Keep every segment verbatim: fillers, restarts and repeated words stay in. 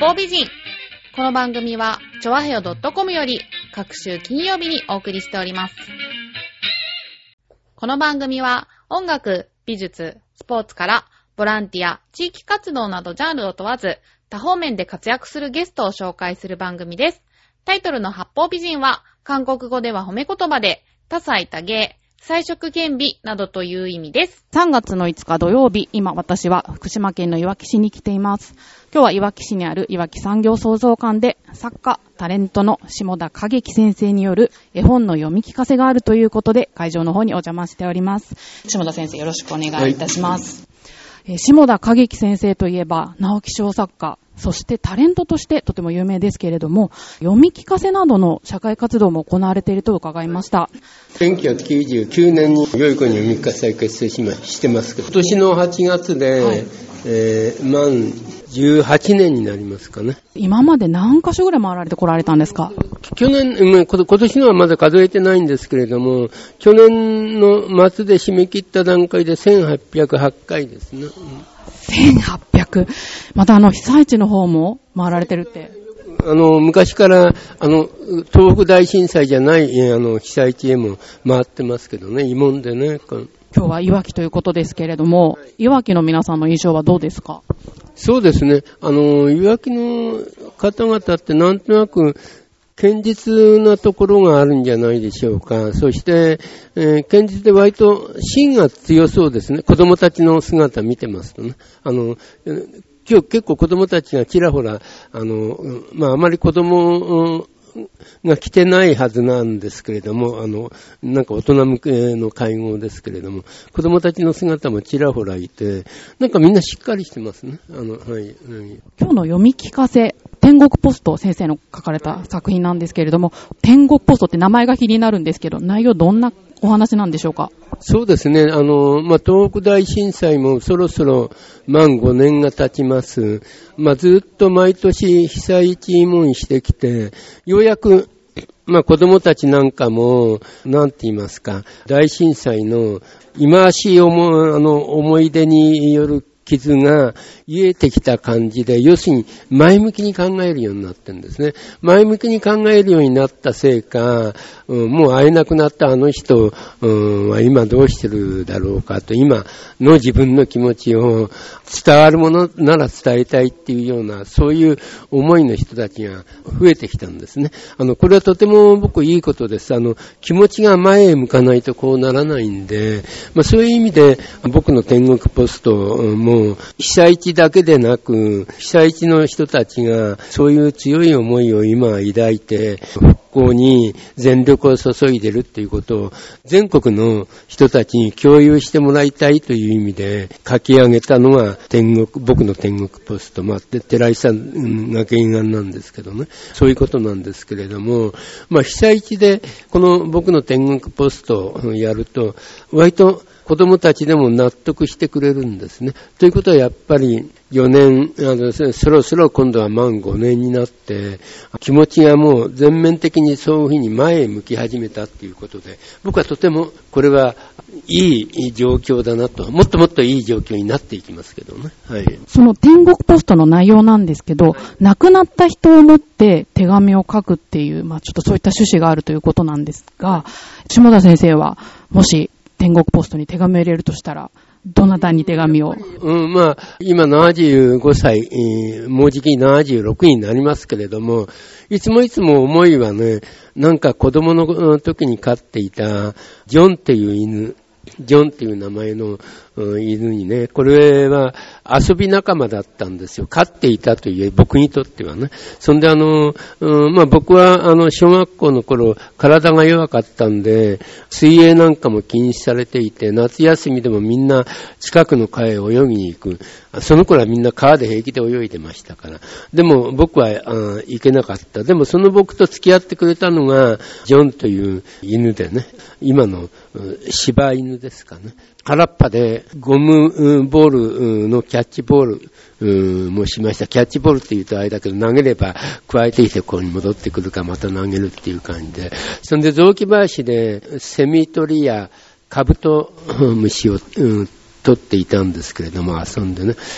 方美人。この番組はチョアヘヨ .com より各週金曜日にお送りしております。この番組は音楽、美術、スポーツからボランティア、地域活動などジャンルを問わず多方面で活躍するゲストを紹介する番組です。タイトルの八方美人は韓国語では褒め言葉で多彩多芸、彩色兼備などという意味です。 さんがつのいつか土曜日、今私は福島県のいわき市に来ています。今日はいわき市にあるいわき産業創造館で作家、タレントの下田景樹先生による絵本の読み聞かせがあるということで会場の方にお邪魔しております。下田先生よろしくお願いいたします。はい、えー、下田景樹先生といえば直木賞作家、そしてタレントとしてとても有名ですけれども、読み聞かせなどの社会活動も行われていると伺いました。 せんきゅうひゃくきゅうじゅうきゅうねんに良い子に読み聞かせを結成しましてますけど、今年のはちがつで、はい、えー、満じゅうはちねんになりますかね。 今まで何カ所ぐらい回られてこられたんですか？ 去年、今年のはまだ数えてないんですけれども、去年の末で締め切った段階でせんはっぴゃくはちかいですね。 せんはっぴゃく。またあの被災地の方も回られてるって。 あの昔からあの東北大震災じゃないあの被災地へも回ってますけどね、慰問でね。 今日はいわきということですけれども、いわきの皆さんの印象はどうですか？ そうですね。あのいわきの方々ってなんとなく堅実なところがあるんじゃないでしょうか。そして、えー、堅実で割と芯が強そうですね。子供たちの姿見てますとね。あの、今日結構子供たちがちらほら、あの、まああまり子供が来てないはずなんですけれども、あの、なんか大人向けの会合ですけれども、子供たちの姿もちらほらいて、なんかみんなしっかりしてますね。あの、はい。はい、 今日の読み聞かせ、天国ポスト先生の書かれた作品なんですけれども、天国ポストって名前が気になるんですけど、内容どんなお話なんでしょうか？ そうですね。あの、まあ、東北大震災もそろそろ満ごねんが経ちます。まあ、ずっと毎年被災地慰問してきて、ようやく、まあ、子供たちなんかも、なんて言いますか、大震災の忌まわしい思、あの、思い出による傷が癒えてきた感じで、要するに前向きに考えるようになってるんですね。前向きに考えるようになったせいか、うん、もう会えなくなったあの人、うん、は今どうしてるだろうかと、今の自分の気持ちを伝わるものなら伝えたいっていうような、そういう思いの人たちが増えてきたんですね。あの、これはとても僕いいことです。あの、気持ちが前へ向かないとこうならないんで、まあそういう意味で僕の天国ポストも被災地だけでなく、被災地の人たちがそういう強い思いを今抱いて復興に全力を注いでるっていうことを全国の人たちに共有してもらいたいという意味で書き上げたのが天国、僕の天国ポスト。まあ、寺井さんが原案なんですけどね。そういうことなんですけれども、まあ被災地でこの僕の天国ポストをやると割と子供たちでも納得してくれるんですね。ということはやっぱりよねん、あの、そろそろ今度は満ごねんになって、気持ちがもう全面的にそういうふうに前へ向き始めたっていうことで、僕はとてもこれはいい状況だなと、もっともっといい状況になっていきますけどね。はい。 その天国ポストの内容なんですけど、亡くなった人を思って手紙を書くっていう、まあちょっとそういった趣旨があるということなんですが、下田先生はもし天国ポストに手紙を入れるとしたら、どなたに手紙を？ うん、まあ、今ななじゅうごさい、えー、もうじきななじゅうろくになりますけれども、いつもいつも思いはね、なんか子供の時に飼っていたジョンっていう犬、ジョンっていう名前の、うん、犬にね、これは遊び仲間だったんですよ。飼っていたという僕にとってはね。そんであの、うん、まあ僕はあの小学校の頃体が弱かったんで、水泳なんかも禁止されていて、夏休みでもみんな近くの川へ泳ぎに行く。その頃はみんな川で平気で泳いでましたから。でも僕はあ行けなかった。でもその僕と付き合ってくれたのがジョンという犬でね、今の柴犬ですかね。原っぱでゴムボールのキャッチボールもしました。キャッチボールって言うとあれだけど、投げれば加えてきてここに戻ってくるかまた投げるっていう感じで。そんで雑木林でセミ取りやカブトムシを、うん、取っていたんですけれども、遊んでね。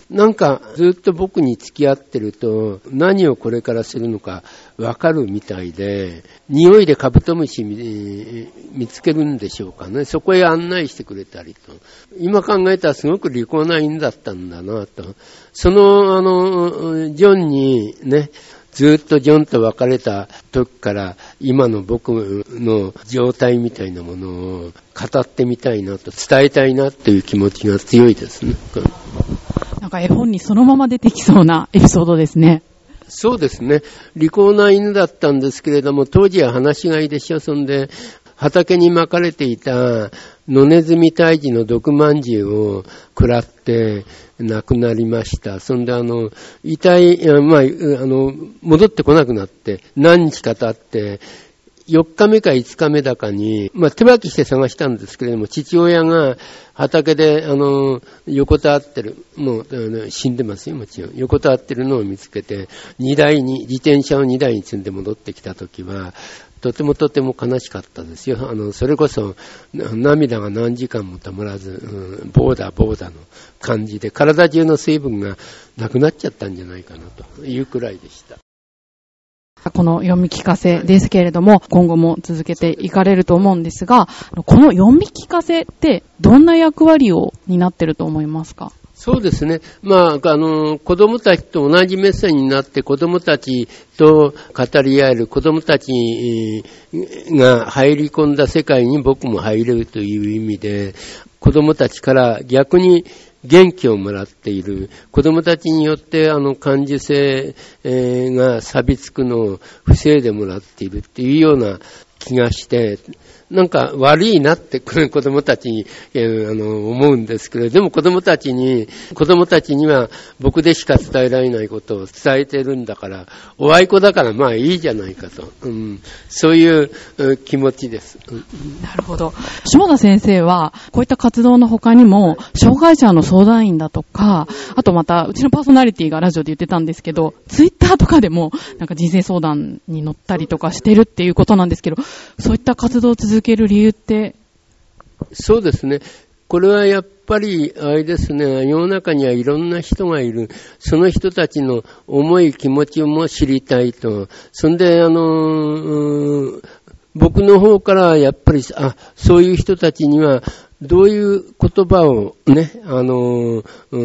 なんかずっと僕に付き合ってると何をこれからするのかわかるみたいで、匂いでカブトムシ 見, 見つけるんでしょうかね。そこへ案内してくれたりと。今考えたらすごく利口な犬だったんだなと。そのあのジョンにね、ずっとジョンと別れた時から今の僕の状態みたいなものを語ってみたいなと、伝えたいなという気持ちが強いですね。 なんか絵本にそのまま出てきそうなエピソードですね。 そうですね。利口な犬だったんですけれども、当時は放し飼いでしょ。そんで畑に巻かれていた野ネズミ退治の毒まんじゅうを食らって亡くなりました。そんであの遺体、まあ、あの戻ってこなくなって何日か経ってよっかめかいつかめだかに、まあ、手分けして探したんですけれども、父親が畑であの横たわってる、もう死んでますよもちろん、横たわってるのを見つけて荷台に自転車を荷台に積んで戻ってきたときはとてもとても悲しかったですよ。あのそれこそ涙が何時間もたまらず、うん、ボーダーボーダーの感じで体中の水分がなくなっちゃったんじゃないかなというくらいでした。 この読み聞かせですけれども、今後も続けていかれると思うんですが、この読み聞かせってどんな役割を担ってると思いますか？ そうですね。まあ、あの、子供たちと同じ目線になって子供たちと語り合える、子供たちが入り込んだ世界に僕も入れるという意味で、子供たちから逆に元気をもらっている。子供たちによってあの感受性が錆びつくのを防いでもらっているっていうような気がして、なんか悪いなって子供たちに、えー、あの思うんですけど、でも子供たちに子供たちには僕でしか伝えられないことを伝えてるんだから、おあいこだからまあいいじゃないかと、うん、そういう気持ちです、うん、 なるほど。下田先生はこういった活動の他にも障害者の相談員だとか、あとまたうちのパーソナリティがラジオで言ってたんですけど、ツイッターとかでもなんか人生相談に乗ったりとかしてるっていうことなんですけど、そういった活動を続ける理由って？ そうですね。これはやっぱりあれですね、世の中にはいろんな人がいる。その人たちの思い気持ちも知りたいと。そんであの僕の方からやっぱりあそういう人たちにはどういう言葉をね、あの、うん、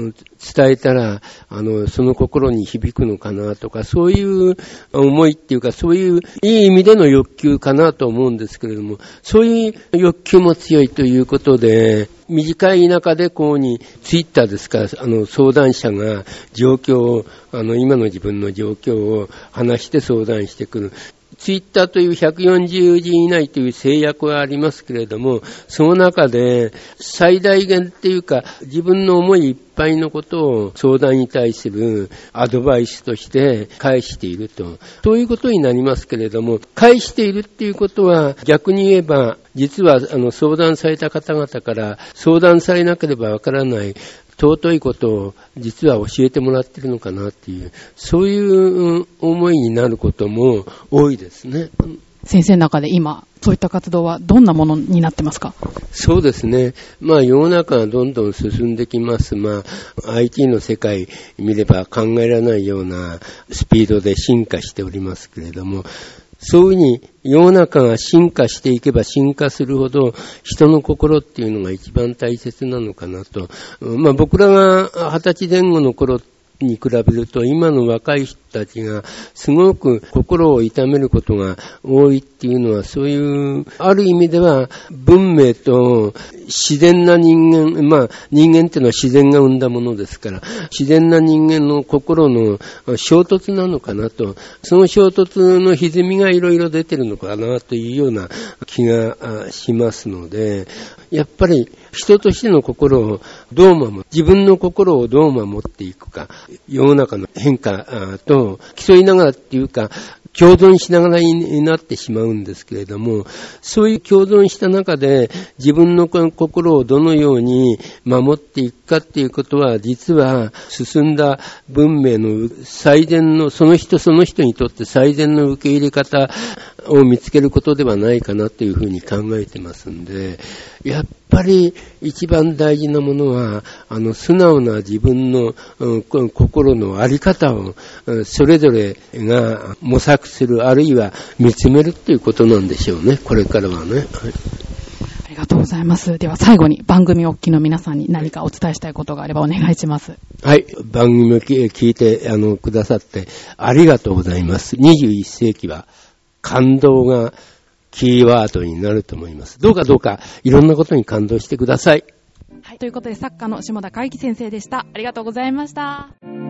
伝えたら、あの、その心に響くのかなとか、そういう思いっていうか、そういういい意味での欲求かなと思うんですけれども、そういう欲求も強いということで、短い中でこうにツイッターですから、あの、相談者が状況を、あの、今の自分の状況を話して相談してくる。ツイッターというひゃくよんじゅうじ以内という制約はありますけれども、その中で最大限っていうか自分の思いいっぱいのことを相談に対するアドバイスとして返していると。そういうことになりますけれども、返しているっていうことは逆に言えば、実はあの相談された方々から相談されなければわからない尊いことを実は教えてもらっているのかなっていう、そういう思いになることも多いですね。 先生の中で今そういった活動はどんなものになってますか？ そうですね。まあ世の中がどんどん進んできます。まあ アイティー の世界見れば考えられないようなスピードで進化しておりますけれども、そういうふうに世の中が進化していけば進化するほど人の心っていうのが一番大切なのかなと。まあ僕らが二十歳前後の頃に比べると今の若い人たちがすごく心を痛めることが多いっていうのは、そういうある意味では文明と自然な人間、まあ人間っていうのは自然が生んだものですから、自然な人間の心の衝突なのかなと、その衝突の歪みがいろいろ出てるのかなというような気がしますので、やっぱり人としての心をどう守る、自分の心をどう守っていくか、世の中の変化と競いながらっていうか共存しながらになってしまうんですけれども、そういう共存した中で自分の心をどのように守っていくかっていうことは、実は進んだ文明の最善の、その人その人にとって最善の受け入れ方を見つけることではないかなというふうに考えてますんで、やっぱり一番大事なものは、あの、素直な自分の、うん、心のあり方を、それぞれが模索する、あるいは見つめるっていうことなんでしょうね、これからはね。はい、 ありがとうございます。では最後に番組お聞きの皆さんに何かお伝えしたいことがあればお願いします。 はい。番組を聞いて、あの、くださってありがとうございます。にじゅういっ世紀は感動がキーワードになると思います。どうかどうかいろんなことに感動してください。 はい。ということで作家の下田海輝先生でした。ありがとうございました。